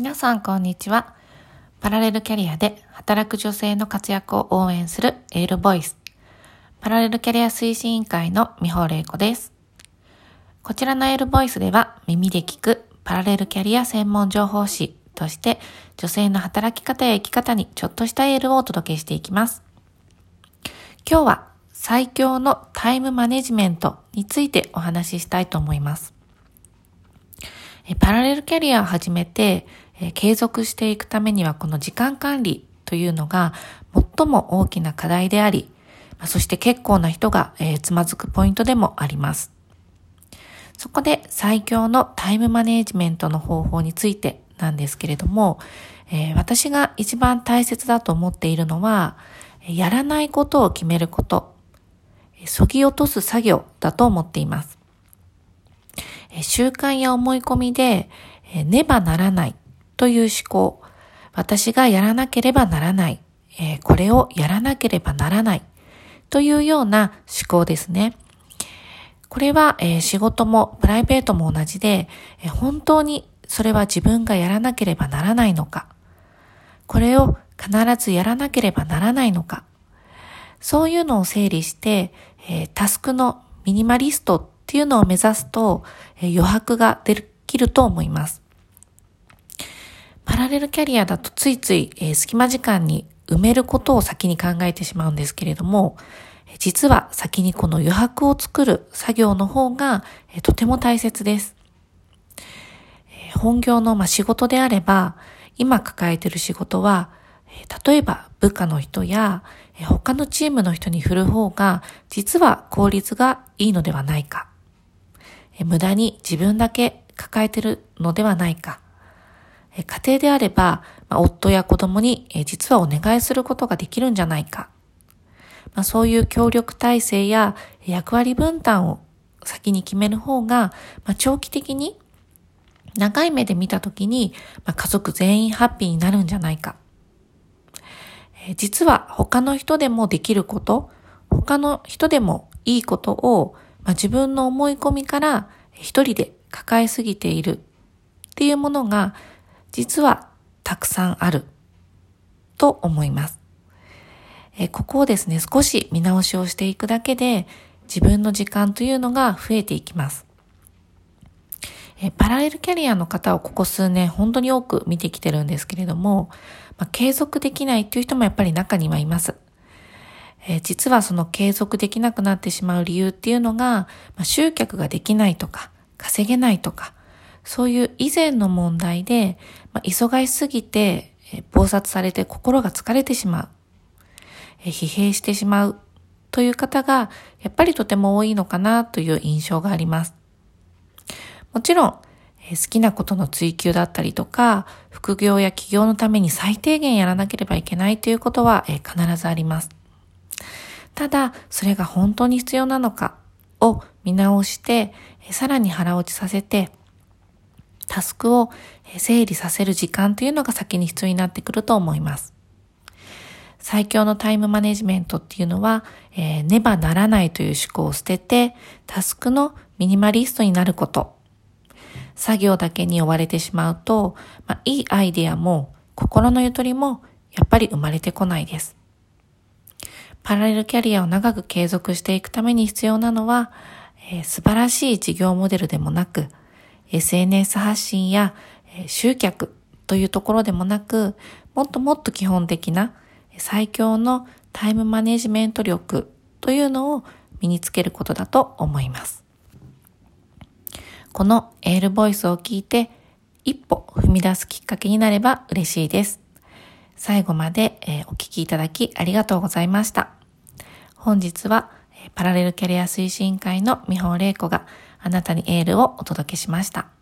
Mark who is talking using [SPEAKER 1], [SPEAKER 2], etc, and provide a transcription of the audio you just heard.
[SPEAKER 1] 皆さんこんにちは。パラレルキャリアで働く女性の活躍を応援するエールボイス。パラレルキャリア推進委員会の美穂玲子です。こちらのエールボイスでは耳で聞くパラレルキャリア専門情報誌として女性の働き方や生き方にちょっとしたエールをお届けしていきます。今日は最強のタイムマネジメントについてお話ししたいと思います。パラレルキャリアを始めて継続していくためにはこの時間管理というのが最も大きな課題であり、そして結構な人がつまずくポイントでもあります。そこで最強のタイムマネジメントの方法についてなんですけれども、私が一番大切だと思っているのは、やらないことを決めること、削ぎ落とす作業だと思っています。習慣や思い込みで、ねばならないという思考、私がやらなければならない、これをやらなければならないというような思考ですね。これは、仕事もプライベートも同じで、本当にそれは自分がやらなければならないのか、これを必ずやらなければならないのか、そういうのを整理して、タスクのミニマリストっていうのを目指すと、余白ができると思います。パラレルキャリアだとついつい、隙間時間に埋めることを先に考えてしまうんですけれども、実は先にこの余白を作る作業の方が、とても大切です。本業の仕事であれば、今抱えている仕事は、例えば部下の人や他のチームの人に振る方が実は効率がいいのではないか。無駄に自分だけ抱えているのではないか。家庭であれば、夫や子供に実はお願いすることができるんじゃないか。そういう協力体制や役割分担を先に決める方が、長期的に長い目で見たときに、家族全員ハッピーになるんじゃないか。実は他の人でもできること、他の人でもいいことを、自分の思い込みから一人で抱えすぎているっていうものが実はたくさんあると思います。ここをですね、少し見直しをしていくだけで自分の時間というのが増えていきます。パラレルキャリアの方をここ数年本当に多く見てきてるんですけれども、継続できないっていう人もやっぱり中にはいます。実はその継続できなくなってしまう理由っていうのが、集客ができないとか稼げないとか、そういう以前の問題で、忙しすぎて忙殺されて心が疲れてしまう、疲弊してしまうという方がやっぱりとても多いのかなという印象があります。もちろん好きなことの追求だったりとか、副業や起業のために最低限やらなければいけないということは必ずあります。ただ、それが本当に必要なのかを見直して、さらに腹落ちさせて、タスクを整理させる時間というのが先に必要になってくると思います。最強のタイムマネジメントっていうのは、ねばならないという思考を捨てて、タスクのミニマリストになること。作業だけに追われてしまうと、いいアイデアも心のゆとりもやっぱり生まれてこないです。パラレルキャリアを長く継続していくために必要なのは、素晴らしい事業モデルでもなく、SNS 発信や、集客というところでもなく、もっともっと基本的な最強のタイムマネジメント力というのを身につけることだと思います。このエールボイスを聞いて一歩踏み出すきっかけになれば嬉しいです。最後までお聞きいただきありがとうございました。本日はパラレルキャリア推進会の美穂玲子があなたにエールをお届けしました。